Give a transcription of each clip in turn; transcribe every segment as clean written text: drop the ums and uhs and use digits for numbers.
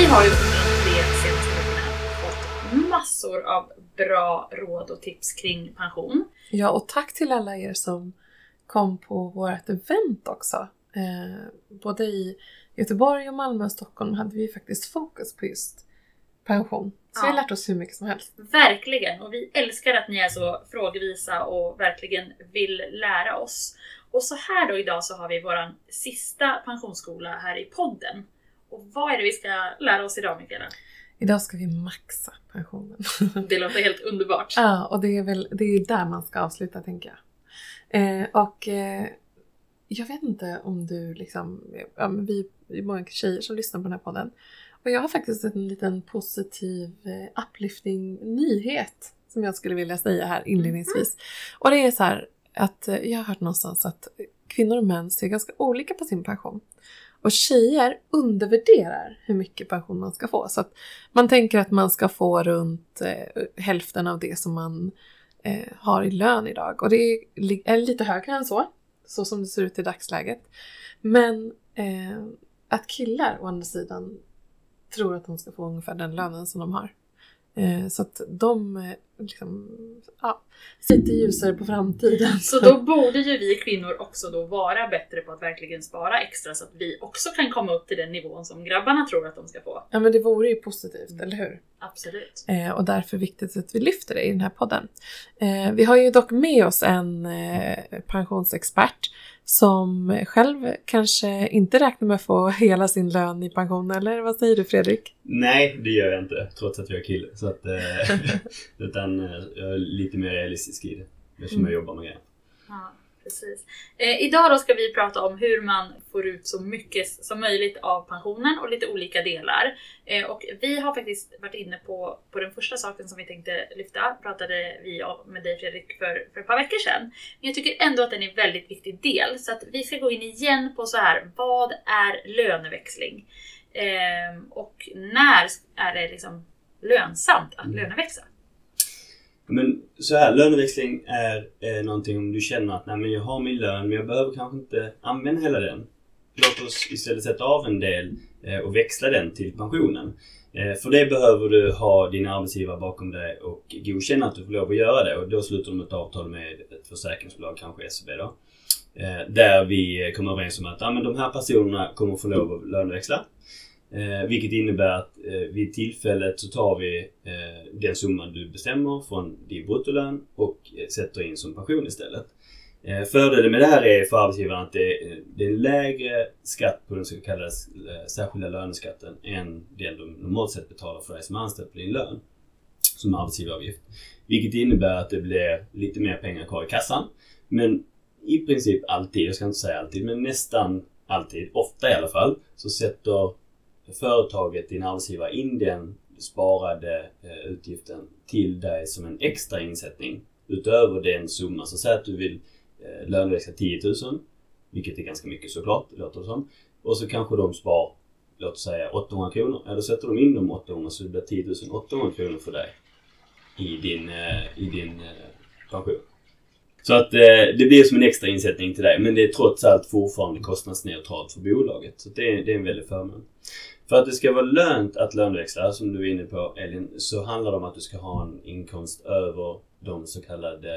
Vi har ju under de senaste veckorna fått massor av bra råd och tips kring pension. Ja, och tack till alla er som kom på vårt event också. Både i Göteborg och Malmö och Stockholm hade vi faktiskt fokus på just pension. Så vi har lärt oss hur mycket som helst. Verkligen, och vi älskar att ni är så frågevisa och verkligen vill lära oss. Och så här då idag så har vi våran sista pensionsskola här i podden. Och vad är det vi ska lära oss idag, Mikaela? Idag ska vi maxa pensionen. Det låter helt underbart. Ja, och det är där man ska avsluta, tänker jag. Jag vet inte om du liksom... Ja, men vi är många tjejer som lyssnar på den här podden. Och jag har faktiskt en liten positiv uplifting nyhet som jag skulle vilja säga här inledningsvis. Och det är så här att jag har hört någonstans att kvinnor och män ser ganska olika på sin pension. Och tjejer undervärderar hur mycket pension man ska få. Så att man tänker att man ska få runt hälften av det som man har i lön idag. Och det är lite högre än så som det ser ut i dagsläget. Men att killar å andra sidan tror att de ska få ungefär den lönen som de har. Så att de liksom, ser lite ljusare på framtiden. Så då borde ju vi kvinnor också då vara bättre på att verkligen spara extra så att vi också kan komma upp till den nivån som grabbarna tror att de ska få. Ja, men det vore ju positivt, eller hur? Absolut. Och därför är det viktigt att vi lyfter det i den här podden. Vi har ju dock med oss en pensionsexpert som själv kanske inte räknar med att få hela sin lön i pension, eller vad säger du, Fredrik? Nej, det gör jag inte, trots att jag är kille. Så att, utan jag är lite mer realistisk i det, eftersom jag jobbar med det. Ja, precis. Idag då ska vi prata om hur man får ut så mycket som möjligt av pensionen och lite olika delar. Och vi har faktiskt varit inne på den första saken som vi tänkte lyfta. Pratade vi med dig, Fredrik, för ett par veckor sedan. Men jag tycker ändå att den är en väldigt viktig del. Så att vi ska gå in igen på så här, vad är löneväxling? Och när är det liksom lönsamt att löneväxla? Men så här, löneväxling är någonting om du känner att nej, men jag har min lön men jag behöver kanske inte använda hela den. Låt oss istället sätta av en del och växla den till pensionen. För det behöver du ha din arbetsgivare bakom dig och godkänna att du får lov att göra det. Och då slutar de ett avtal med ett försäkringsbolag, kanske SEB då. Där vi kommer överens om att men de här personerna kommer få lov att löneväxla. Vilket innebär att vid tillfället så tar vi den summan du bestämmer från din bruttolön och sätter in som pension istället. Fördelen med det här är för arbetsgivaren att det är lägre skatt på den så kallade särskilda löneskatten än den de normalt sett betalar för dig som anställd på din lön som arbetsgivaravgift. Vilket innebär att det blir lite mer pengar kvar i kassan. Men i princip alltid, jag ska inte säga alltid, men nästan alltid, ofta i alla fall, så sätter företaget, din arbetsgivare, in den sparade utgiften till dig som en extra insättning utöver den summa. Så säg att du vill löneväxla 10 000, vilket är ganska mycket såklart, låter det som. Och så kanske de spar, låt oss säga 800 kronor. Eller sätter de in de 800 så det blir 10 800 kronor för dig i din pension. Så att det blir som en extra insättning till dig. Men det är trots allt fortfarande kostnadsneutralt för bolaget. Så det är en väldigt förmån. För att det ska vara lönt att löneväxla, som du är inne på Elin, så handlar det om att du ska ha en inkomst över de så kallade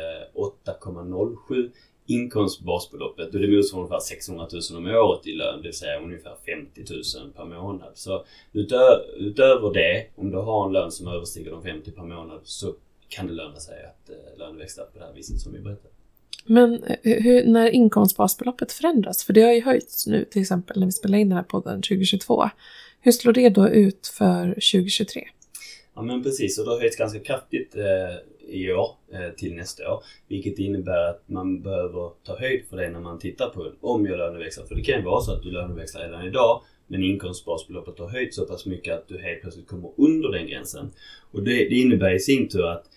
8,07 inkomstbasbeloppet. Och det motsvarar ungefär 600 000 om året i lön, det vill säga ungefär 50 000 per månad. Så utöver det, om du har en lön som överstiger de 50 per månad, så kan det löna sig att löneväxla på det här viset som vi berättade. Men när inkomstbasbeloppet förändras, för det har ju höjts nu till exempel när vi spelar in den här podden 2022. Hur slår det då ut för 2023? Ja, men precis, och det har höjts ganska kraftigt i år till nästa år. Vilket innebär att man behöver ta höjd för det när man tittar på om jag löneväxlar. För det kan ju vara så att du löneväxlar redan idag, men inkomstbasbeloppet har höjt så pass mycket att du helt plötsligt kommer under den gränsen. Och det innebär i sin tur att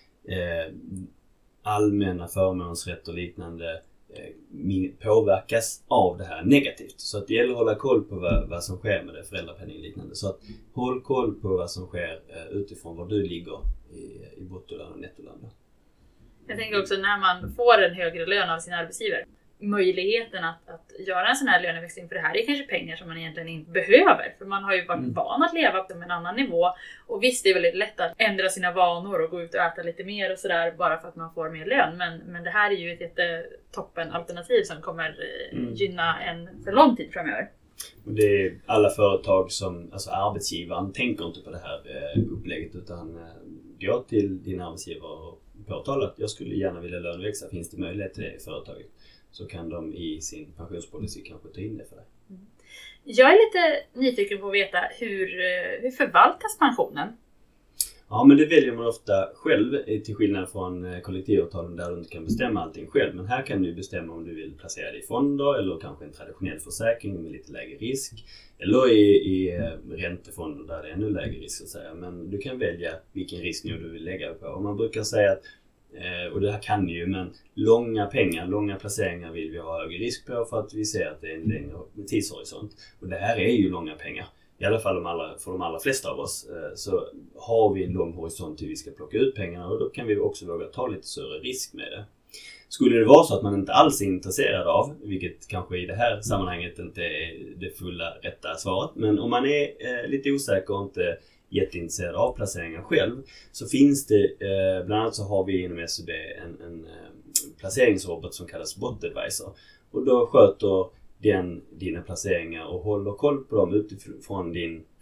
allmänna förmånsrätt och liknande påverkas av det här negativt. Så att det gäller att hålla koll på vad som sker med det, föräldrapenning och liknande. Så att håll koll på vad som sker utifrån var du ligger i bruttolön och nettolön. Jag tänker också när man får en högre lön av sin arbetsgivare. möjligheten att göra en sån här löneväxling, för det här är kanske pengar som man egentligen inte behöver, för man har ju varit van att leva på en annan nivå, och visst det är väldigt lätt att ändra sina vanor och gå ut och äta lite mer och sådär bara för att man får mer lön, men det här är ju ett jättetoppen alternativ som kommer gynna en för lång tid framöver. Och det är alla företag som, alltså arbetsgivaren tänker inte på det här upplägget, utan går till din arbetsgivare och påtalar att jag skulle gärna vilja löneväxla, finns det möjlighet till det i företaget, så kan de i sin pensionspolicy kanske ta in det för dig. Jag är lite nyfiken på att veta hur förvaltas pensionen? Ja, men det väljer man ofta själv, till skillnad från kollektivavtalen där du inte kan bestämma allting själv. Men här kan du bestämma om du vill placera dig i fonder eller kanske en traditionell försäkring med lite lägre risk. Eller i räntefonder där det är ännu lägre risk så att säga. Men du kan välja vilken risknivå du vill lägga på. Och man brukar säga att, och det här kan ju, men långa placeringar vill vi ha högre risk på för att vi ser att det är en längre tidshorisont. Och det här är ju långa pengar. I alla fall för de allra flesta av oss så har vi en lång horisont till vi ska plocka ut pengarna, och då kan vi också våga ta lite större risk med det. Skulle det vara så att man inte alls är intresserad av, vilket kanske i det här sammanhanget inte är det fulla rätta svaret, men om man är lite osäker och inte jätteintresserad av placeringen själv, så finns det, bland annat så har vi inom SEB en placeringsrobot som kallas Bot Advisor, och då sköter dina placeringar och håller koll på dem utifrån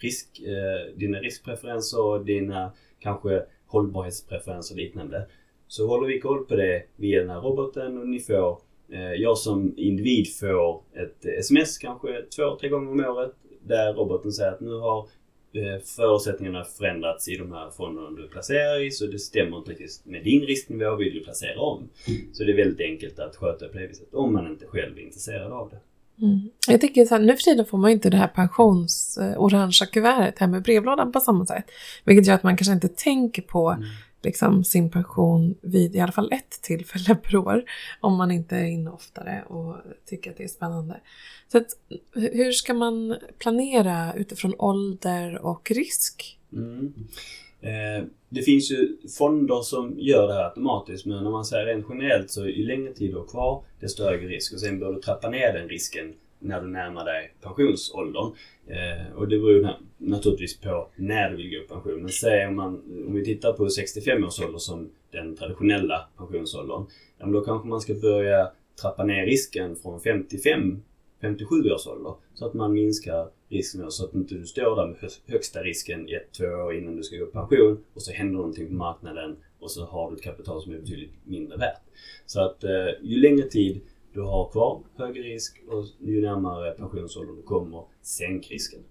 dina riskpreferenser och dina kanske hållbarhetspreferenser och liknande. Så håller vi koll på det via den här roboten, och jag som individ får ett sms kanske 2-3 gånger om året där roboten säger att nu har förutsättningarna förändrats i de här fonderna du placerar i, så det stämmer inte riktigt med din risknivå, vill du placera om. Så det är väldigt enkelt att sköta på det viset om man inte själv är intresserad av det. Jag tycker så här, nu för tiden får man inte det här pensionsorangea kuvertet här med brevlådan på samma sätt. Vilket gör att man kanske inte tänker på liksom, sin pension vid i alla fall ett tillfälle per år. Om man inte är inne oftare och tycker att det är spännande. Så att, hur ska man planera utifrån ålder och risk? Det finns ju fonder som gör det här automatiskt, men om man säger rent generellt så ju längre tid du har kvar desto högre risk, och sen bör du trappa ner den risken när du närmar dig pensionsåldern. Och det beror naturligtvis på när du vill gå i pension. Men säg om vi tittar på 65 års ålder som den traditionella pensionsåldern, då kanske man ska börja trappa ner risken från 57 års ålder, så att man minskar risken, så att inte du står där med högsta risken 1-2 år innan du ska gå i pension, och så händer någonting på marknaden och så har du ett kapital som är betydligt mindre värt. Så att ju längre tid du har kvar högre risk, och ju närmare pensionsåldern du kommer, sänk risken.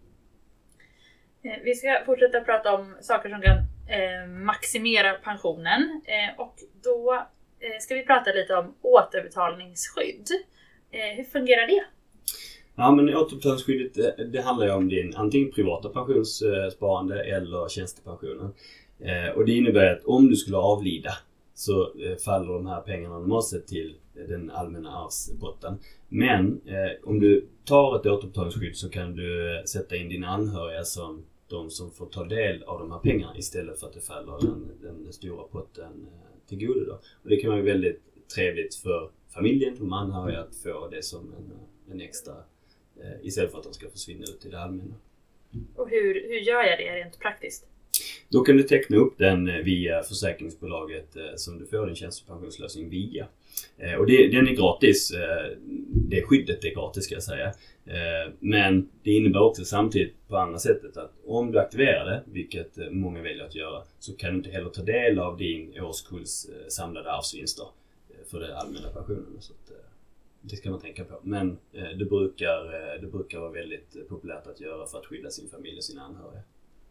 Vi ska fortsätta prata om saker som kan maximera pensionen, och då ska vi prata lite om återbetalningsskydd. Hur fungerar det? Ja, men återbetalningsskyddet, det handlar ju om din antingen privata pensionssparande eller tjänstepensionen. Och det innebär att om du skulle avlida så faller de här pengarna normalt sett till den allmänna arvspotten. Men om du tar ett återbetalningsskydd så kan du sätta in dina anhöriga som de som får ta del av de här pengarna, istället för att det faller den stora potten till godo då. Och det kan vara väldigt trevligt för familjen, de anhöriga, att få det som en extra, istället för att de ska försvinna ut i det allmänna. Och hur gör jag det rent praktiskt? Då kan du teckna upp den via försäkringsbolaget som du får din tjänstepensionslösning via. Och den är gratis. Det skyddet är gratis, ska jag säga. Men det innebär också samtidigt på andra sättet att om du aktiverar det, vilket många väljer att göra, så kan du inte heller ta del av din årskulls samlade arvsvinster för den allmänna pensionen. Så att, det ska man tänka på. Men det brukar vara väldigt populärt att göra för att skydda sin familj och sina anhöriga.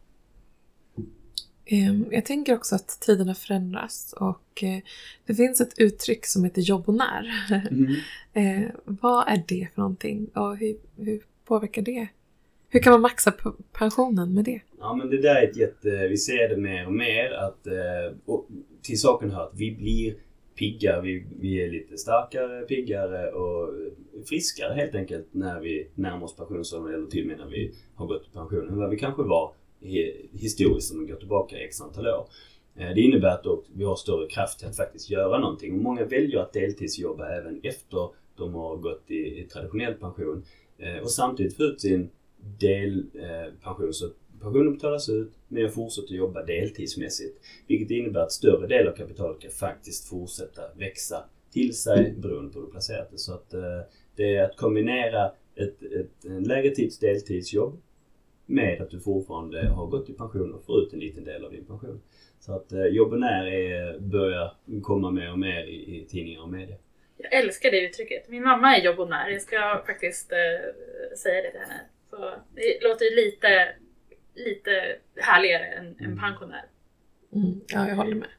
Jag tänker också att tiderna förändras, och det finns ett uttryck som heter jobbonär. Vad är det för någonting, och hur påverkar det? Hur kan man maxa pensionen med det? Ja, men det där är vi ser det mer och mer att till saken hör att vi blir pigga, vi är lite starkare, piggare och friskare helt enkelt när vi närmar oss pensionsåldern, eller till och med när vi har gått i pensionen, vad vi kanske var historiskt om vi går tillbaka x antal år. Det innebär att vi har större kraft till att faktiskt göra någonting, och många väljer att deltidsjobba även efter de har gått i traditionell pension. Och samtidigt få ut sin delpension, så pensionen betalas ut men jag fortsätter jobba deltidsmässigt. Vilket innebär att större del av kapitalet kan faktiskt fortsätta växa till sig beroende på hur du placerat det. Så att det är att kombinera en lägre tids deltidsjobb med att du fortfarande har gått i pension och får ut en liten del av din pension. Så att jobbonär börjar komma mer och mer i tidningar och media. Jag älskar det uttrycket. Min mamma är jobbonär. Jag ska faktiskt säga det till henne. Så det låter ju lite härligare än pensionär. Ja, jag håller med.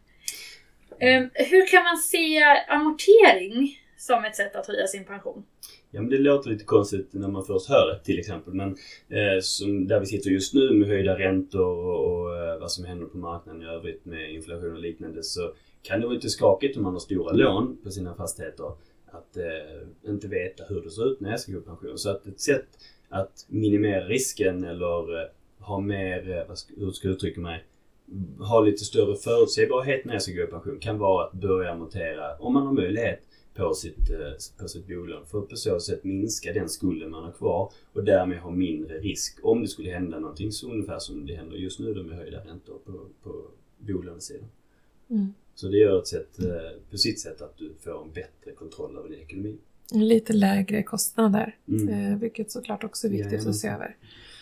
Hur kan man se amortering som ett sätt att höja sin pension? Ja, men det låter lite konstigt när man först hör det till exempel. Men som där vi sitter just nu med höjda räntor och vad som händer på marknaden i övrigt med inflation och liknande, så kan det vara lite skakigt om man har stora lån på sina fastigheter att inte veta hur det ser ut när jag ska gå i pension. Så att ett sätt att minimera risken eller ha mer, hur ska jag uttrycka mig, ha lite större förutsägbarhet när jag ska gå i pension kan vara att börja amortera om man har möjlighet på sitt bolån, för att på så sätt minska den skulden man har kvar och därmed ha mindre risk om det skulle hända någonting så ungefär som det händer just nu med höjda räntor på bolånesidan. Så det gör ett sätt, på sitt sätt att du får en bättre kontroll över din ekonomi. Lite lägre kostnader, vilket såklart också är viktigt att se över.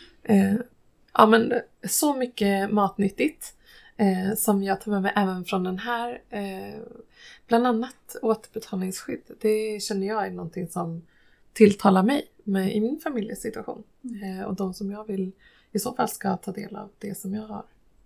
Ja, men så mycket matnyttigt som jag tar med mig även från den här. Bland annat återbetalningsskydd. Det känner jag är någonting som tilltalar mig i min familjesituation. Och de som jag vill i så fall ska ta del av det som jag har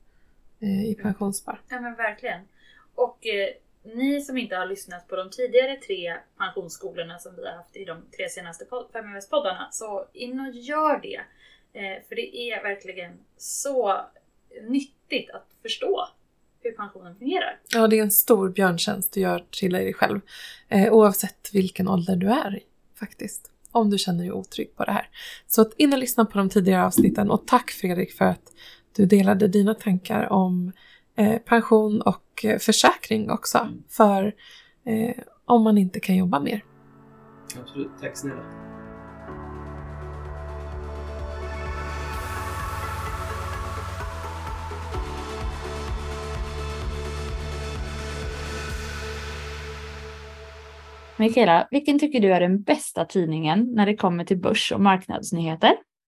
i pensionsspar. Ja, men verkligen. Och ni som inte har lyssnat på de tidigare 3 pensionsskolorna som vi har haft i de 3 senaste Feminvest-poddarna, så in och gör det. För det är verkligen så nyttigt att förstå hur pensionen fungerar. Ja, det är en stor björntjänst du gör till dig själv. Oavsett vilken ålder du är i, faktiskt. Om du känner dig otrygg på det här. Så att in och lyssna på de tidigare avsnitten. Och tack Fredrik för att du delade dina tankar om pension och försäkring också. För om man inte kan jobba mer. Absolut, tack snälla. Mikaela, vilken tycker du är den bästa tidningen när det kommer till börs- och marknadsnyheter?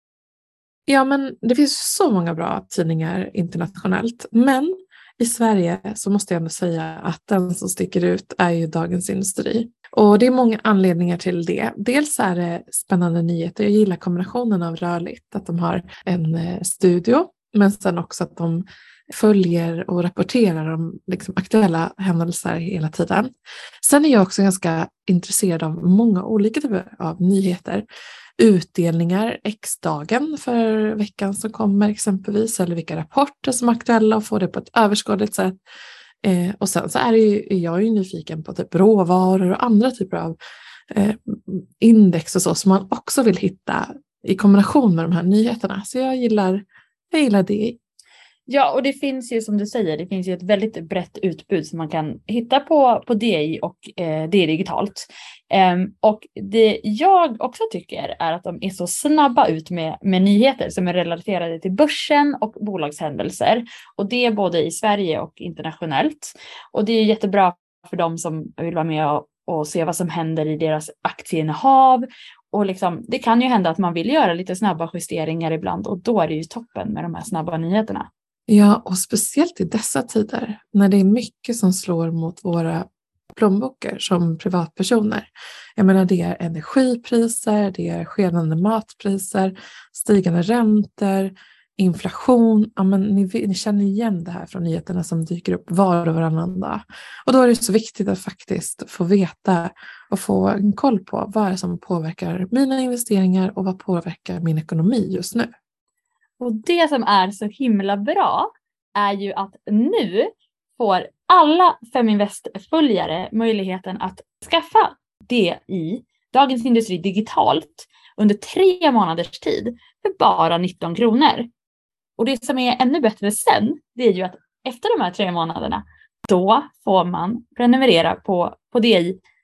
Ja, men det finns så många bra tidningar internationellt. Men i Sverige så måste jag ändå säga att den som sticker ut är ju Dagens Industri. Och det är många anledningar till det. Dels är det spännande nyheter. Jag gillar kombinationen av rörligt. Att de har en studio. Men sen också att de följer och rapporterar om liksom aktuella händelser hela tiden. Sen är jag också ganska intresserad av många olika typer av nyheter. Utdelningar, X-dagen för veckan som kommer exempelvis. Eller vilka rapporter som är aktuella och få det på ett överskådligt sätt. Och sen så är jag ju nyfiken på typ råvaror och andra typer av index och så som man också vill hitta i kombination med de här nyheterna. Så jag gillar det. Ja, och det finns ju som du säger, det finns ju ett väldigt brett utbud som man kan hitta på DI och DI digitalt. Och det jag också tycker är att de är så snabba ut med nyheter som är relaterade till börsen och bolagshändelser. Och det är både i Sverige och internationellt. Och det är jättebra för de som vill vara med och se vad som händer i deras aktieinnehav. Och liksom, det kan ju hända att man vill göra lite snabba justeringar ibland och då är det ju toppen med de här snabba nyheterna. Ja, och speciellt i dessa tider när det är mycket som slår mot våra plånböcker som privatpersoner. Jag menar det är energipriser, det är skenande matpriser, stigande räntor, inflation. Ja, men ni känner igen det här från nyheterna som dyker upp var och varannan dag. Och då är det så viktigt att faktiskt få veta och få en koll på vad är som påverkar mina investeringar och vad påverkar min ekonomi just nu. Och det som är så himla bra är ju att nu får alla Feminvest-följare möjligheten att skaffa det i Dagens Industri digitalt under 3 månaders tid för bara 19 kronor. Och det som är ännu bättre sen, det är ju att efter de här 3 månaderna, då får man prenumerera på DI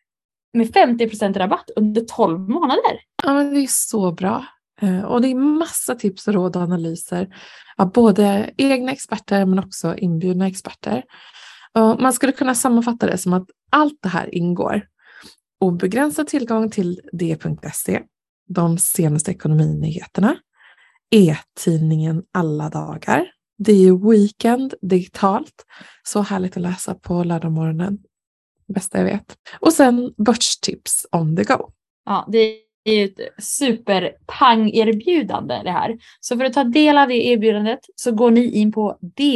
med 50% rabatt under 12 månader. Ja, men det är så bra. Och det är massa tips och råd och analyser av både egna experter men också inbjudna experter. Och man skulle kunna sammanfatta det som att allt det här ingår. Obegränsad tillgång till d.se, de senaste ekonominyheterna, e-tidningen alla dagar. Det är Weekend digitalt. Så härligt att läsa på lördagmorgonen. Bästa jag vet. Och sen börstips on the go. Ja, det är ju ett superpang-erbjudande det här. Så för att ta del av det erbjudandet så går ni in på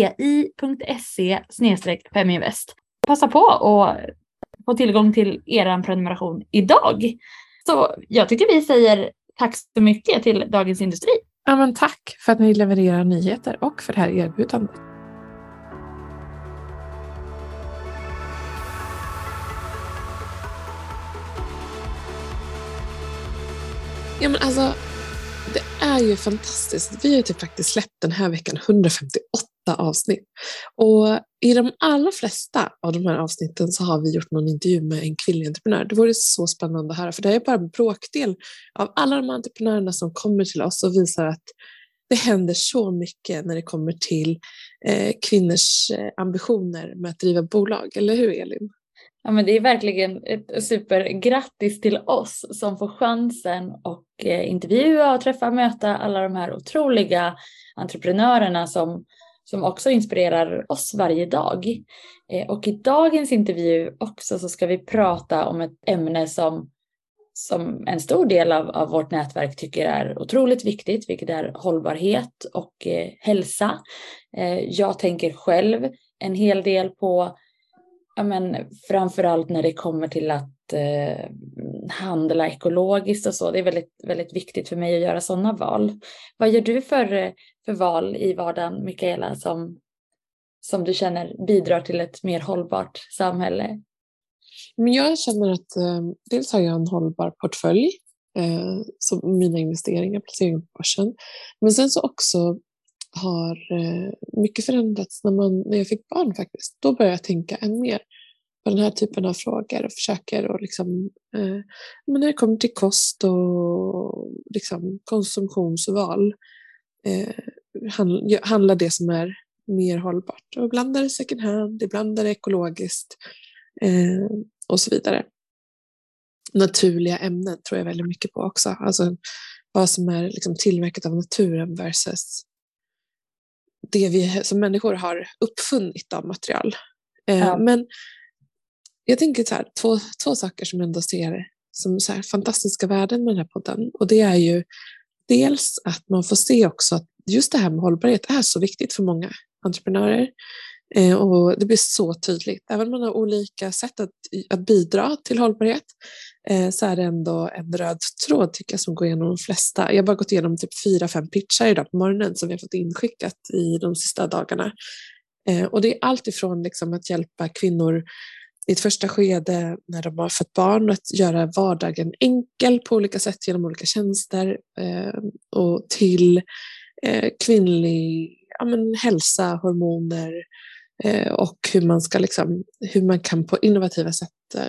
di.se/feminvest. Passa på att få tillgång till er prenumeration idag. Så jag tycker vi säger tack så mycket till Dagens Industri. Ja, men tack för att ni levererar nyheter och för det här erbjudandet. Ja, men alltså, det är ju fantastiskt. Vi har typ faktiskt släppt den här veckan 158 avsnitt. Och i de allra flesta av de här avsnitten så har vi gjort någon intervju med en kvinnlig entreprenör. Det vore så spännande att höra, för det är bara en bråkdel av alla de entreprenörerna som kommer till oss och visar att det händer så mycket när det kommer till kvinnors ambitioner med att driva bolag. Eller hur, Elin? Ja, men det är verkligen ett supergrattis till oss som får chansen att intervjua och träffa och möta alla de här otroliga entreprenörerna som också inspirerar oss varje dag. Och i dagens intervju också så ska vi prata om ett ämne som en stor del av vårt nätverk tycker är otroligt viktigt, vilket är hållbarhet och hälsa. Jag tänker själv en hel del på, ja, men framförallt när det kommer till att handla ekologiskt och så. Det är väldigt, väldigt viktigt för mig att göra sådana val. Vad gör du för val i vardagen, Mikaela, som du känner bidrar till ett mer hållbart samhälle? Men jag känner att dels har jag en hållbar portfölj, som mina investeringar, placeringar på börsen. Men sen så också har mycket förändrats när jag fick barn faktiskt. Då började jag tänka än mer på den här typen av frågor och försöker och liksom, men när det kommer till kost och liksom konsumtionsval handlar det som är mer hållbart. Och ibland är det second hand, ibland är det ekologiskt och så vidare. Naturliga ämnen tror jag väldigt mycket på också. Alltså vad som är liksom tillverkat av naturen versus det vi som människor har uppfunnit av material. Ja. Men jag tänker så här, två saker som jag ändå ser som så här fantastiska värden med den här podden. Och det är ju dels att man får se också att just det här med hållbarhet är så viktigt för många entreprenörer. Och det blir så tydligt. Även om man har olika sätt att bidra till hållbarhet så är det ändå en röd tråd tycker jag som går igenom de flesta. Jag har bara gått igenom typ 4-5 pitchar idag på morgonen som vi har fått inskickat i de sista dagarna. Och det är allt ifrån liksom att hjälpa kvinnor i ett första skede när de har fått barn att göra vardagen enkel på olika sätt genom olika tjänster och till kvinnlig hälsa, hormoner och hur man kan på innovativa sätt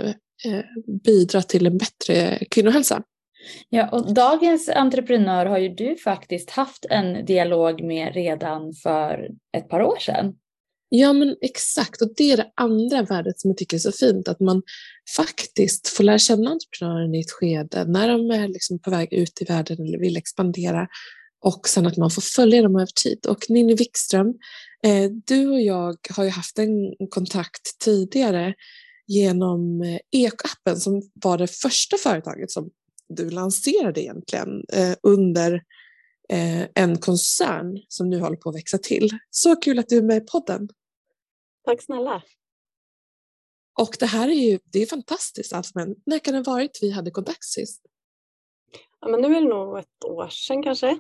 bidra till en bättre kvinnohälsa. Ja, och dagens entreprenör har ju du faktiskt haft en dialog med redan för ett par år sedan. Ja, men exakt. Och det är det andra värdet som jag tycker är så fint. Att man faktiskt får lära känna entreprenören i ett skede när de är liksom på väg ut i världen eller vill expandera. Och sen att man får följa dem över tid. Och Ninni Wikström, du och jag har ju haft en kontakt tidigare genom Eko-appen som var det första företaget som du lanserade egentligen under en koncern som nu håller på att växa till. Så kul att du är med i podden. Tack snälla. Och det är fantastiskt. Alltså, men när kan det ha varit vi hade kontakt sist? Ja, men nu är det nog ett år sedan kanske.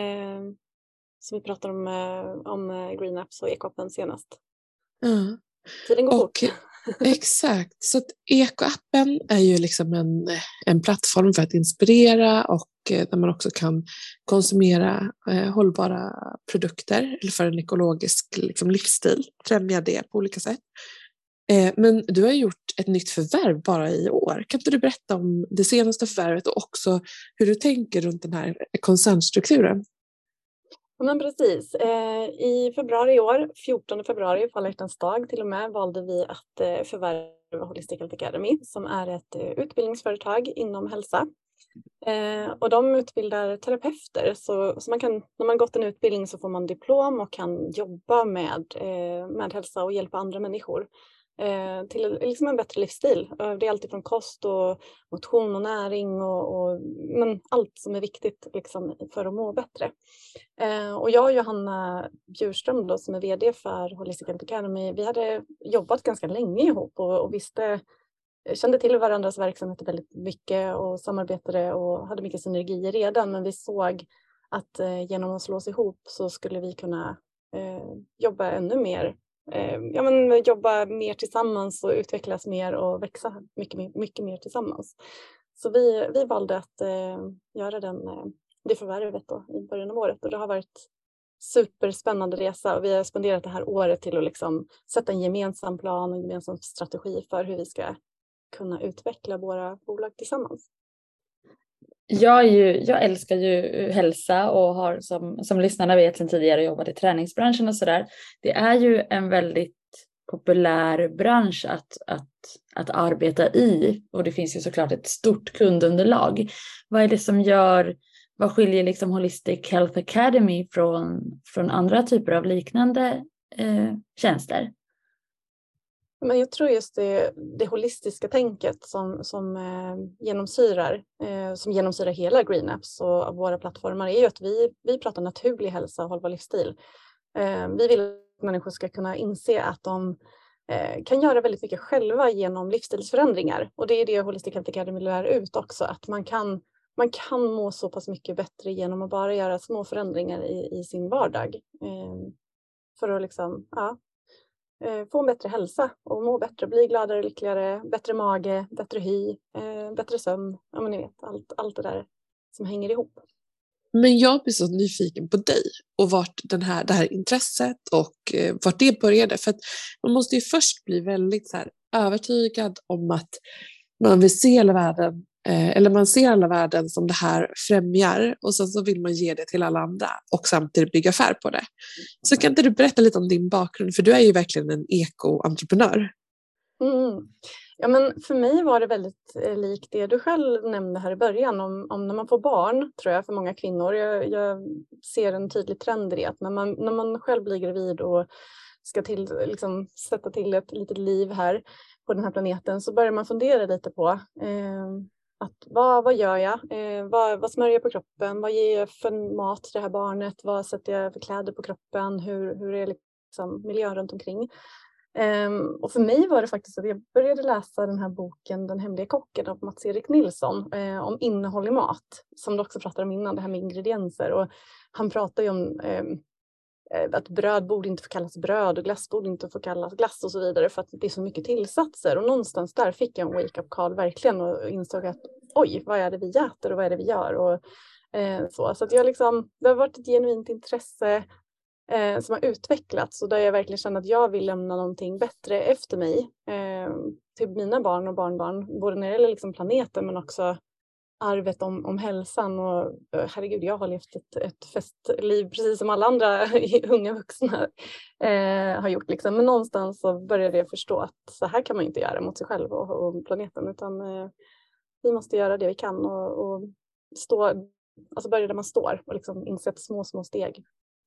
Så vi pratar om Green Apps och Eko-appen senast. Ja. Tiden går fort. Exakt. Så att Eko-appen är ju liksom en plattform för att inspirera och där man också kan konsumera hållbara produkter eller för en ekologisk liksom livsstil. Främja det på olika sätt. Men du har gjort ett nytt förvärv bara i år. Kan inte du berätta om det senaste förvärvet och också hur du tänker runt den här koncernstrukturen? Ja, men precis. I februari i år, 14 februari, på Alla hjärtans dag till och med, valde vi att förvärva Holistic Health Academy som är ett utbildningsföretag inom hälsa. Och de utbildar terapeuter, så man kan, när man gått en utbildning så får man diplom och kan jobba med hälsa och hjälpa andra människor till liksom en bättre livsstil. Det är alltid från kost och motion och näring men allt som är viktigt liksom för att må bättre. Och jag och Johanna Bjurström då, som är vd för Holistic Health Academy, vi hade jobbat ganska länge ihop och kände till varandras verksamheter väldigt mycket och samarbetade och hade mycket synergier redan. Men vi såg att genom att slå oss ihop så skulle vi kunna jobba ännu mer. Jobba mer tillsammans och utvecklas mer och växa mycket mer tillsammans. Så vi valde att göra det förvärvet då i början av året. Och det har varit superspännande resa och vi har spenderat det här året till att liksom sätta en gemensam plan och en gemensam strategi för hur vi ska kunna utveckla våra bolag tillsammans. Jag älskar ju hälsa och har som lyssnarna vet sedan tidigare jobbat i träningsbranschen och sådär. Det är ju en väldigt populär bransch att arbeta i och det finns ju såklart ett stort kundunderlag. Vad är det som vad skiljer liksom Holistic Health Academy från andra typer av liknande tjänster? Men jag tror just det holistiska tänket som genomsyrar hela Green Apps och våra plattformar är ju att vi pratar naturlig hälsa och hållbar livsstil. Vi vill att människor ska kunna inse att de kan göra väldigt mycket själva genom livsstilsförändringar. Och det är det Holistic Health Academy lär ut också, att man kan må så pass mycket bättre genom att bara göra små förändringar i sin vardag. För att liksom, få en bättre hälsa och må bättre, bli gladare, lyckligare, bättre mage, bättre hy, bättre sömn. Ja, men ni vet, allt det där som hänger ihop. Men jag blir så nyfiken på dig och vart det här intresset och vart det började. För att man måste ju först bli väldigt så här övertygad om att man vill se hela världen, eller man ser alla värden som det här främjar och sen så vill man ge det till alla andra och samtidigt bygga affär på det. Så kan inte du berätta lite om din bakgrund, för du är ju verkligen en eko-entreprenör. Ja, men för mig var det väldigt likt det du själv nämnde här i början om när man får barn, tror jag, för många kvinnor. Jag ser en tydlig trend i det, att när man själv blir gravid och ska sätta till ett litet liv här på den här planeten, så börjar man fundera lite på att vad gör jag? Vad smörjer jag på kroppen? Vad ger jag för mat till det här barnet? Vad sätter jag för kläder på kroppen? Hur är liksom miljön runt omkring? Och för mig var det faktiskt att jag började läsa den här boken Den hemliga kocken av Mats-Erik Nilsson om innehåll i mat, som du också pratade om innan, det här med ingredienser. Och han pratar ju om att bröd borde inte få kallas bröd och glass borde inte få kallas glass och så vidare, för att det är så mycket tillsatser. Och någonstans där fick jag en wake-up call verkligen och insåg att oj, vad är det vi äter och vad är det vi gör? Och så att jag det har varit ett genuint intresse som har utvecklats, och där jag verkligen känner att jag vill lämna någonting bättre efter mig till mina barn och barnbarn, både när det gäller planeten men också arvet om hälsan. Och herregud, jag har levt ett festliv precis som alla andra unga vuxna har gjort men någonstans så började jag förstå att så här kan man inte göra mot sig själv och planeten, utan vi måste göra det vi kan och börja där man står och inse att små steg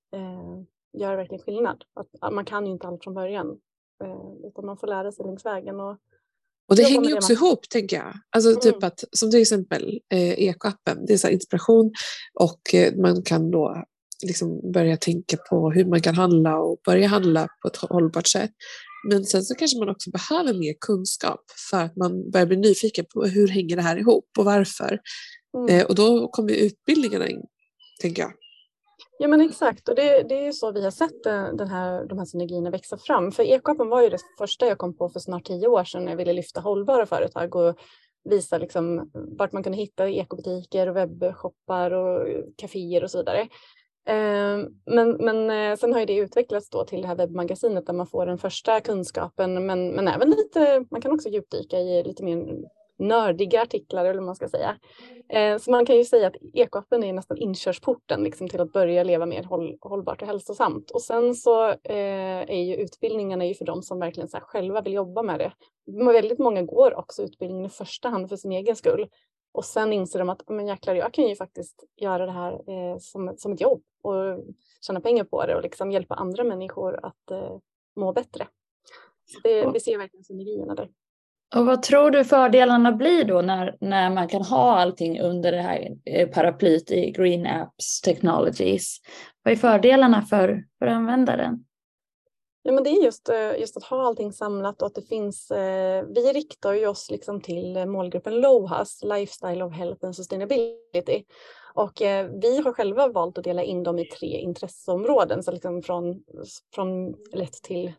gör verkligen skillnad. Att man kan ju inte allt från början, utan man får lära sig längs vägen. Och det hänger ju också ihop, tänker jag. Alltså typ att, som till exempel Eko-appen, det är så här inspiration och man kan då börja tänka på hur man kan handla och börja handla på ett hållbart sätt. Men sen så kanske man också behöver mer kunskap för att man börjar bli nyfiken på hur hänger det här ihop och varför. Och då kommer utbildningarna in, tänker jag. Ja, men exakt, och det är ju så vi har sett de här synergierna växa fram. För Eko-appen var ju det första jag kom på för snart 10 år sedan, när jag ville lyfta hållbara företag och visa vart man kunde hitta ekobutiker och webbshoppar och kaféer och så vidare. Men sen har ju det utvecklats då till det här webbmagasinet där man får den första kunskapen, men även lite, man kan också djupdyka i lite mer nördiga artiklar eller vad man ska säga. Så man kan ju säga att ekoappen är nästan inkörsporten liksom, till att börja leva mer hållbart och hälsosamt. Och sen så är ju utbildningarna ju för de som verkligen så här själva vill jobba med det. Väldigt många går också utbildningen i första hand för sin egen skull. Och sen inser de att men jäklar, jag kan ju faktiskt göra det här som ett jobb och tjäna pengar på det och liksom hjälpa andra människor att må bättre. Så vi ser verkligen synergierna där. Och vad tror du fördelarna blir då när man kan ha allting under det här paraplyt i Green Apps Technologies? Vad är fördelarna för användaren? Ja, men det är just att ha allting samlat och att det finns, vi riktar ju oss liksom till målgruppen LOHAS, Lifestyle of Health and Sustainability. Och vi har själva valt att dela in dem i 3 intresseområden, så liksom från lätt till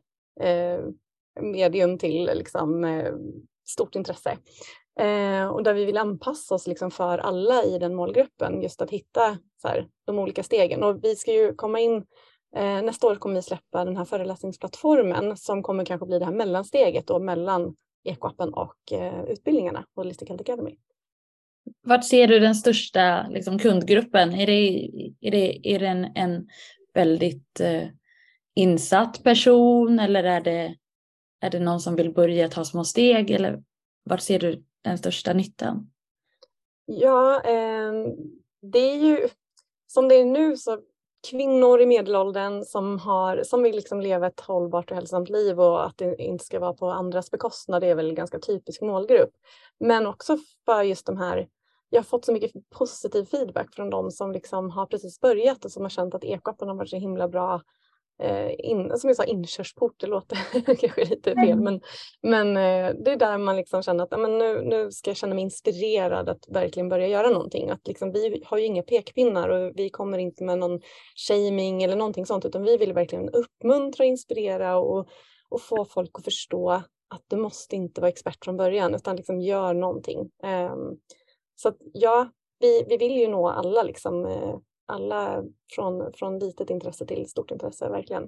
medium till liksom, stort intresse. Och där vi vill anpassa oss liksom för alla i den målgruppen, just att hitta så här, de olika stegen. Och vi ska ju komma in, nästa år kommer vi släppa den här föreläsningsplattformen som kommer kanske bli det här mellansteget då, mellan ekoappen och utbildningarna på Holistic Health Academy. Vart ser du den största liksom, kundgruppen? Är det en väldigt insatt person eller är det någon som vill börja ta små steg? Eller vart ser du den största nyttan? Ja, det är ju som det är nu så kvinnor i medelåldern som vill liksom leva ett hållbart och hälsosamt liv och att det inte ska vara på andras bekostnad, det är väl en ganska typisk målgrupp. Men också för just de här, jag har fått så mycket positiv feedback från de som liksom har precis börjat och som har känt att ekoappen har varit så himla bra. Som jag sa, inkörsport, det låter kanske lite fel, men det är där man liksom känner att men nu ska jag känna mig inspirerad att verkligen börja göra någonting. Att liksom, vi har ju inga pekpinnar och vi kommer inte med någon shaming eller någonting sånt, utan vi vill verkligen uppmuntra, inspirera och få folk att förstå att du måste inte vara expert från början, utan liksom gör någonting. Så att ja, vi vill ju nå alla liksom, alla från litet intresse till stort intresse, verkligen.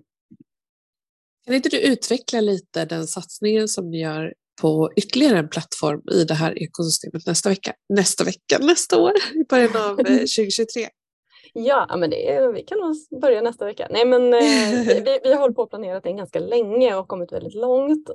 Kan inte du utveckla lite den satsningen som ni gör på ytterligare en plattform i det här ekosystemet nästa år, i början av 2023? Ja, men vi kan nog börja nästa vecka. Nej, men vi har hållit på att planera det ganska länge och kommit väldigt långt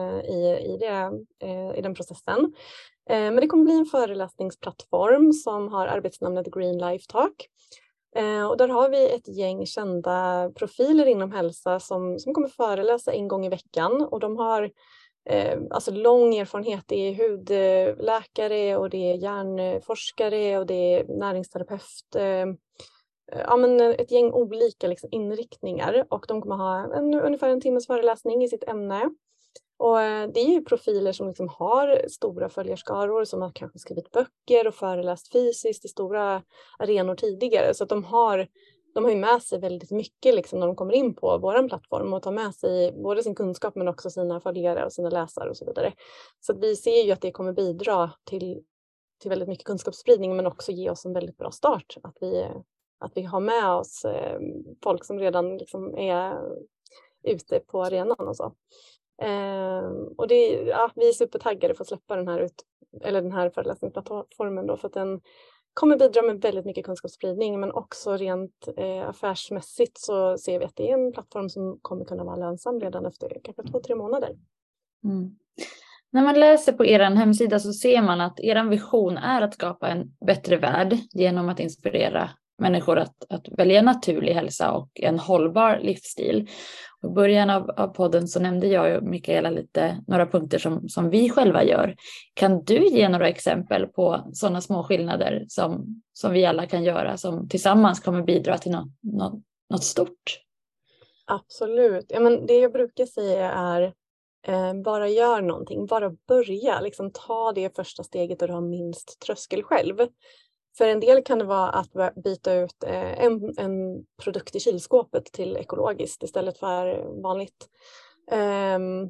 i den processen. Men det kommer bli en föreläsningsplattform som har arbetsnamnet Green Life Talk. Och där har vi ett gäng kända profiler inom hälsa som kommer föreläsa en gång i veckan. Och de har alltså lång erfarenhet. Det är hudläkare och det är hjärnforskare och det är näringsterapeut. Ja, men ett gäng olika liksom inriktningar. Och de kommer ha ungefär en timmes föreläsning i sitt ämne. Och det är ju profiler som liksom har stora följarskaror, som har kanske skrivit böcker och föreläst fysiskt i stora arenor tidigare. Så att de har ju med sig väldigt mycket liksom när de kommer in på vår plattform och tar med sig både sin kunskap men också sina följare och sina läsare och så vidare. Så att vi ser ju att det kommer bidra till väldigt mycket kunskapsspridning, men också ge oss en väldigt bra start. Att vi har med oss folk som redan liksom är ute på arenan och så. Och vi är supertaggade för att släppa den här föreläsningsplattformen då, för att den kommer bidra med väldigt mycket kunskapsspridning, men också rent affärsmässigt så ser vi att det är en plattform som kommer kunna vara lönsam redan efter kanske 2-3 månader. Mm. När man läser på er hemsida så ser man att er vision är att skapa en bättre värld genom att inspirera människor att välja naturlig hälsa och en hållbar livsstil. I början av podden så nämnde jag och Mikaela några punkter som vi själva gör. Kan du ge några exempel på sådana små skillnader som vi alla kan göra, som tillsammans kommer bidra till något stort? Absolut. Ja, men det jag brukar säga är bara gör någonting, bara börja. Liksom, ta det första steget och du har minst tröskel själv. För en del kan det vara att byta ut en produkt i kylskåpet till ekologiskt istället för vanligt.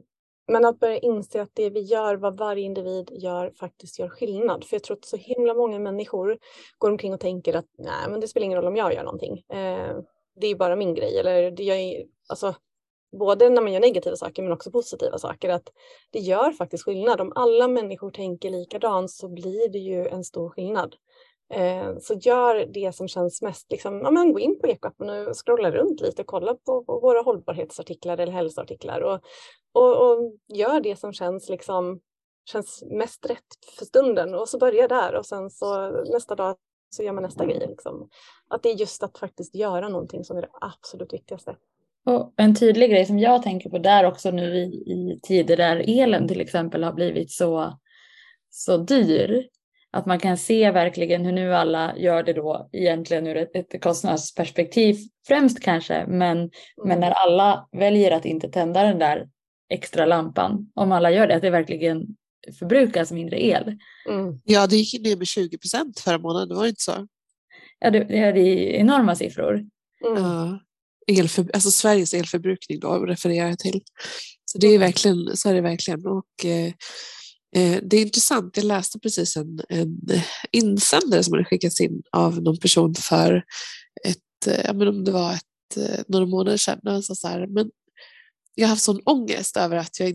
Men att börja inse att det vi gör, vad varje individ gör, faktiskt gör skillnad. För jag tror att så himla många människor går omkring och tänker att nej, men det spelar ingen roll om jag gör någonting. Det är ju bara min grej. Eller det gör, alltså, både när man gör negativa saker men också positiva saker. Att det gör faktiskt skillnad. Om alla människor tänker likadant så blir det ju en stor skillnad. Så gör det som känns mest, liksom, ja, men gå in på Ekoappen och scrolla runt lite och kolla på våra hållbarhetsartiklar eller hälsoartiklar och gör det som känns, liksom, känns mest rätt för stunden och så börja där och sen så nästa dag så gör man nästa grej. Liksom. Att det är just att faktiskt göra någonting som är det absolut viktigaste. Och en tydlig grej som jag tänker på där också nu i tider där elen till exempel har blivit så dyr. Att man kan se verkligen hur nu alla gör det då egentligen ur ett kostnadsperspektiv främst kanske. Men när alla väljer att inte tända den där extra lampan. Om alla gör det, att det verkligen förbrukas mindre el. Ja, det gick ner med 20% förra månaden, det var inte så? Ja, det är enorma siffror. Ja. Alltså Sveriges elförbrukning då refererar jag till. Så det är verkligen, så är det verkligen. Och det är intressant, jag läste precis en insändare som hade skickats in av någon person för om det var några månader sedan. Alltså så här, men jag har haft sån ångest över att jag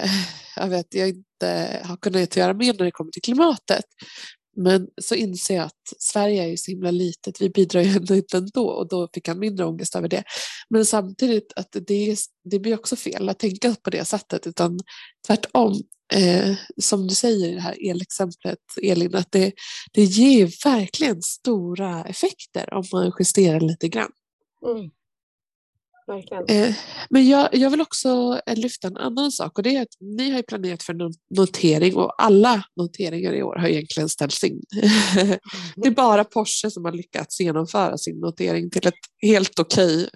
inte har kunnat göra mer när det kommer till klimatet. Men så inser jag att Sverige är ju så himla litet, vi bidrar ju ändå och då fick han mindre ångest över det. Men samtidigt att det blir också fel att tänka på det sättet, utan tvärtom, som du säger i det här elexemplet Elin, att det ger verkligen stora effekter om man justerar lite grann. Verkligen. Men jag vill också lyfta en annan sak, och det är att ni har ju planerat för notering och alla noteringar i år har egentligen ställts in. Det är bara Porsche som har lyckats genomföra sin notering till ett helt okej,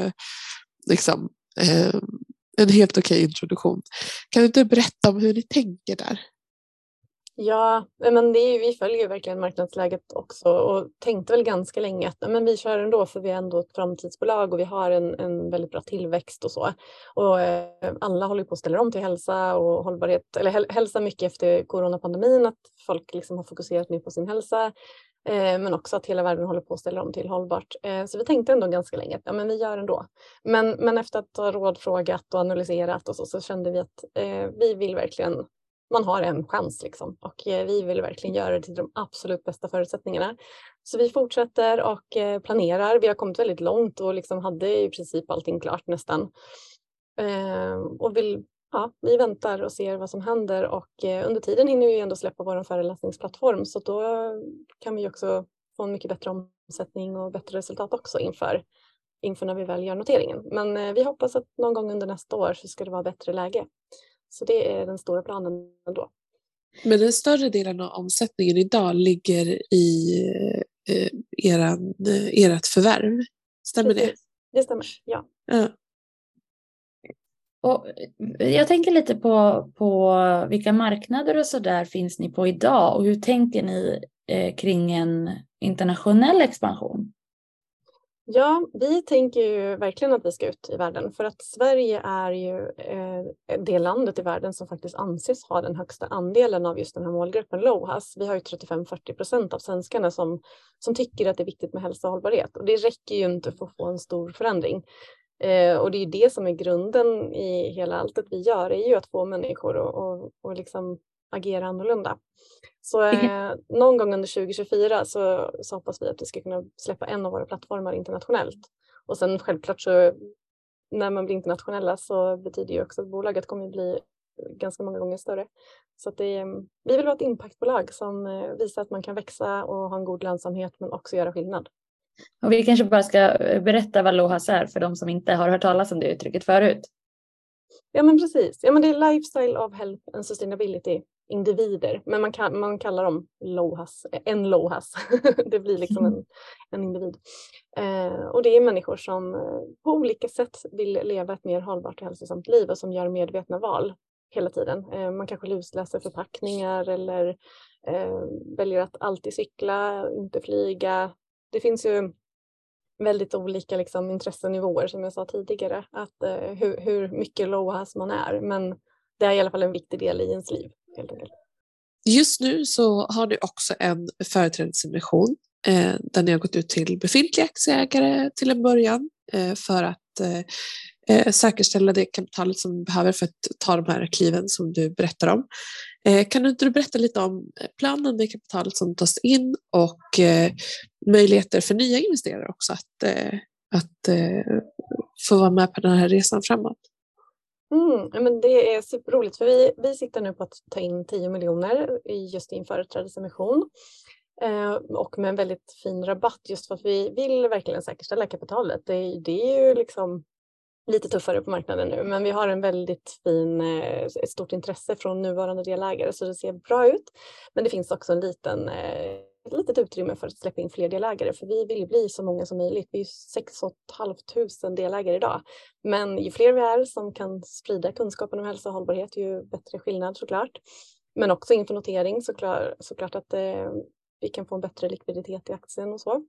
en helt okej introduktion. Kan du inte berätta om hur ni tänker där? Ja, men vi följer ju verkligen marknadsläget också och tänkte väl ganska länge att men vi kör ändå, för vi är ändå ett framtidsbolag och vi har en väldigt bra tillväxt och så. Och alla håller på att ställa om till hälsa och hållbarhet, eller hälsa mycket efter coronapandemin, att folk liksom har fokuserat mer på sin hälsa. Men också att hela världen håller på att ställa om till hållbart. Så vi tänkte ändå ganska länge att men vi gör ändå. Men efter att ha rådfrågat och analyserat och så kände vi att vi vill verkligen, man har en chans liksom. Och vi vill verkligen göra det till de absolut bästa förutsättningarna. Så vi fortsätter och planerar. Vi har kommit väldigt långt och liksom hade i princip allting klart nästan. Och vi väntar och ser vad som händer, och under tiden hinner vi ändå släppa vår föreläsningsplattform, så då kan vi också få en mycket bättre omsättning och bättre resultat också inför när vi väl gör noteringen. Men vi hoppas att någon gång under nästa år så ska det vara bättre läge. Så det är den stora planen ändå. Men den större delen av omsättningen idag ligger i ert förvärv. Stämmer det? Det stämmer, ja. Och jag tänker lite på vilka marknader och så där finns ni på idag, och hur tänker ni kring en internationell expansion? Ja, vi tänker ju verkligen att vi ska ut i världen, för att Sverige är ju det landet i världen som faktiskt anses ha den högsta andelen av just den här målgruppen LOHAS. Vi har ju 35-40% av svenskarna som tycker att det är viktigt med hälsa och hållbarhet, och det räcker ju inte för att få en stor förändring. Och det är ju det som är grunden i hela allt vi gör, är ju att få människor och liksom agera annorlunda. Så någon gång under 2024 så hoppas vi att vi ska kunna släppa en av våra plattformar internationellt. Och sen självklart så när man blir internationella så betyder ju också att bolaget kommer bli ganska många gånger större. Så att vi vill vara ett impactbolag som visar att man kan växa och ha en god lönsamhet men också göra skillnad. Och vi kanske bara ska berätta vad LOHAS är för de som inte har hört talas om det uttrycket förut. Ja men precis. Ja men det är Lifestyle of Health and Sustainability individer. Men man kallar dem LOHAS, en LOHAS. Det blir liksom en individ. Och det är människor som på olika sätt vill leva ett mer hållbart och hälsosamt liv och som gör medvetna val hela tiden. Man kanske lusläser förpackningar eller väljer att alltid cykla, inte flyga. Det finns ju väldigt olika liksom, intressenivåer som jag sa tidigare. Att hur mycket LOHAS man är. Men det är i alla fall en viktig del i ens liv, helt enkelt. Just nu så har ni också en företrädesemission där ni har gått ut till befintliga aktieägare till en början för att säkerställa det kapitalet som du behöver för att ta de här kliven som du berättar om. Kan inte du berätta lite om planen med kapitalet som tas in och möjligheter för nya investerare också att få vara med på den här resan framåt? Men det är superroligt för vi sitter nu på att ta in 10 miljoner just i en företrädesemission. Och med en väldigt fin rabatt just för att vi vill verkligen säkerställa kapitalet. Det är ju liksom lite tuffare på marknaden nu, men vi har en väldigt ett stort intresse från nuvarande delägare så det ser bra ut. Men det finns också ett litet utrymme för att släppa in fler delägare för vi vill ju bli så många som möjligt. Vi är 6 500 delägare idag. Men ju fler vi är som kan sprida kunskapen om hälsa och hållbarhet ju bättre skillnad såklart. Men också inför notering såklart att vi kan få en bättre likviditet i aktien och så.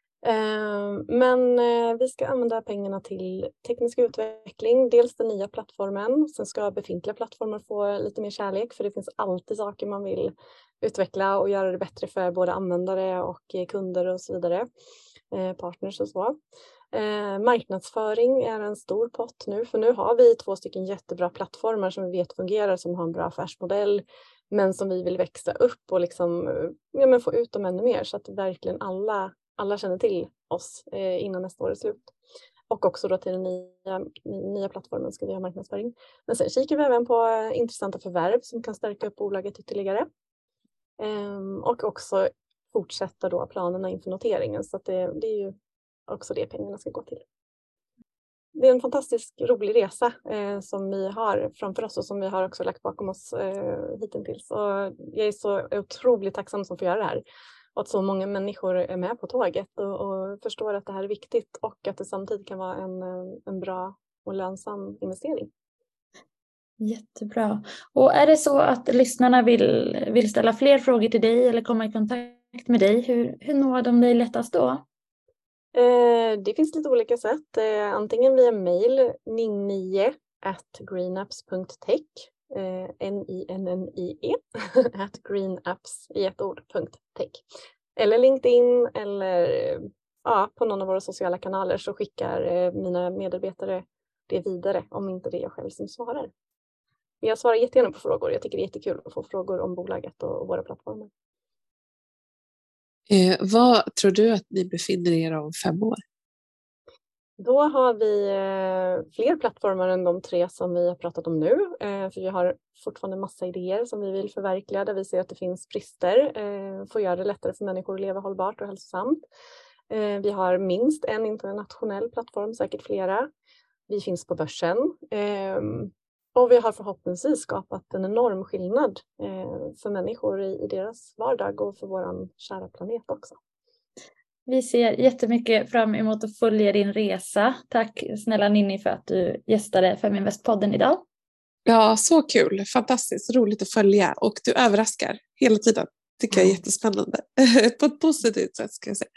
Men vi ska använda pengarna till teknisk utveckling, dels den nya plattformen, sen ska befintliga plattformar få lite mer kärlek för det finns alltid saker man vill utveckla och göra det bättre för både användare och kunder och så vidare, partners och så. Marknadsföring är en stor pott nu för nu har vi 2 stycken jättebra plattformar som vi vet fungerar, som har en bra affärsmodell men som vi vill växa upp och liksom, få ut dem ännu mer så att verkligen alla känner till oss innan nästa år är slut. Och också då till den nya plattformen ska vi ha marknadsföring. Men sen kikar vi även på intressanta förvärv som kan stärka upp bolaget ytterligare. Och också fortsätta då planerna inför noteringen. Så att det är ju också det pengarna ska gå till. Det är en fantastisk rolig resa som vi har framför oss och som vi har också lagt bakom oss hittills. Och jag är så otroligt tacksam som får göra det här. Och att så många människor är med på tåget och förstår att det här är viktigt och att det samtidigt kan vara en bra och lönsam investering. Jättebra. Och är det så att lyssnarna vill ställa fler frågor till dig eller komma i kontakt med dig, hur når de dig lättast då? Det finns lite olika sätt. Antingen via mail ninnie@greenapps.tech NINNIE @greenapps.tech eller LinkedIn eller på någon av våra sociala kanaler så skickar mina medarbetare det vidare om inte det är jag själv som svarar. Jag svarar jättegärna på frågor. Jag tycker det är jättekul att få frågor om bolaget och våra plattformar. Vad tror du att ni befinner er om 5 år? Då har vi fler plattformar än de 3 som vi har pratat om nu. För vi har fortfarande massa idéer som vi vill förverkliga där vi ser att det finns brister. För att göra det lättare för människor att leva hållbart och hälsosamt. Vi har minst en internationell plattform, säkert flera. Vi finns på börsen. Och vi har förhoppningsvis skapat en enorm skillnad för människor i deras vardag och för vår kära planet också. Vi ser jättemycket fram emot att följa din resa. Tack snälla Ninnie för att du gästade Feminvest-podden idag. Ja, så kul. Fantastiskt. Roligt att följa. Och du överraskar hela tiden. Tycker jag är jättespännande. På ett positivt sätt ska jag säga.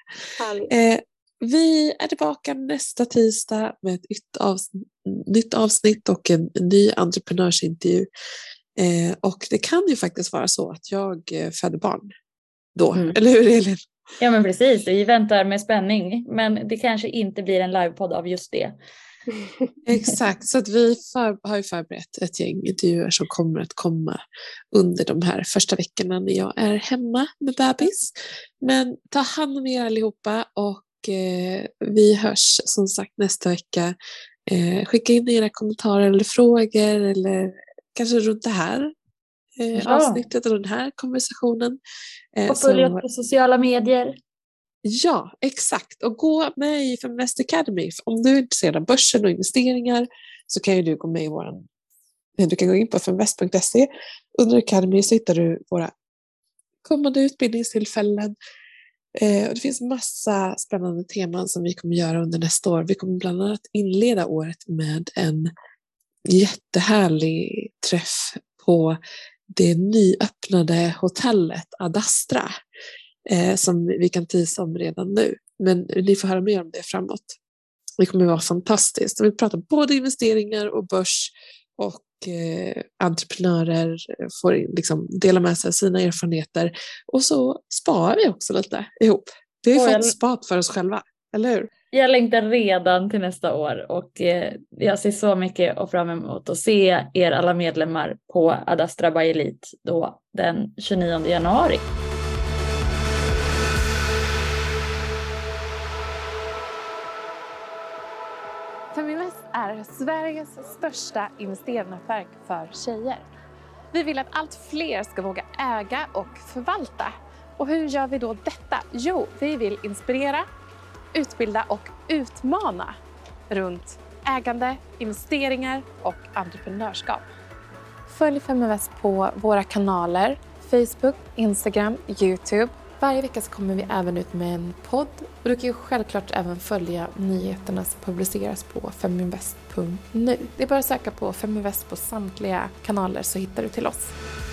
Vi är tillbaka nästa tisdag med ett nytt avsnitt och en ny entreprenörsintervju. Och det kan ju faktiskt vara så att jag föder barn då. Eller hur, Elin? Ja men precis, vi väntar med spänning. Men det kanske inte blir en livepodd av just det. Exakt, så att vi har ju förberett ett gäng intervjuer som kommer att komma under de här första veckorna när jag är hemma med bebis. Men ta hand om er allihopa och vi hörs som sagt nästa vecka. Skicka in era kommentarer eller frågor eller kanske runt det här avsnittet och den här konversationen. Och följ oss på sociala medier. Ja, exakt. Och gå med i Feminvest Academy. Om du är intresserad av börsen och investeringar så kan ju du gå med i du kan gå in på feminvest.se. Under Academy så hittar du våra kommande utbildningstillfällen. Och det finns massa spännande teman som vi kommer göra under nästa år. Vi kommer bland annat inleda året med en jättehärlig träff på det nyöppnade hotellet Adastra. Som vi kan tisa om redan nu. Men ni får höra mer om det framåt. Det kommer vara fantastiskt. Vi pratar både investeringar och börs och entreprenörer får liksom dela med sig av sina erfarenheter. Och så sparar vi också lite ihop. Vi har ju fått spat för oss själva, eller hur? Jag längtar redan till nästa år och jag ser så mycket och fram emot att se er alla medlemmar på Adastra by Elite då den 29 januari. Feminvest är Sveriges största investeringsnätverk för tjejer. Vi vill att allt fler ska våga äga och förvalta. Och hur gör vi då detta? Jo, vi vill inspirera, utbilda och utmana runt ägande, investeringar och entreprenörskap. Följ Feminvest på våra kanaler Facebook, Instagram, YouTube. Varje vecka så kommer vi även ut med en podd. Och du kan ju självklart även följa nyheterna som publiceras på feminvest.nu. Det är bara att söka på Feminvest på samtliga kanaler så hittar du till oss.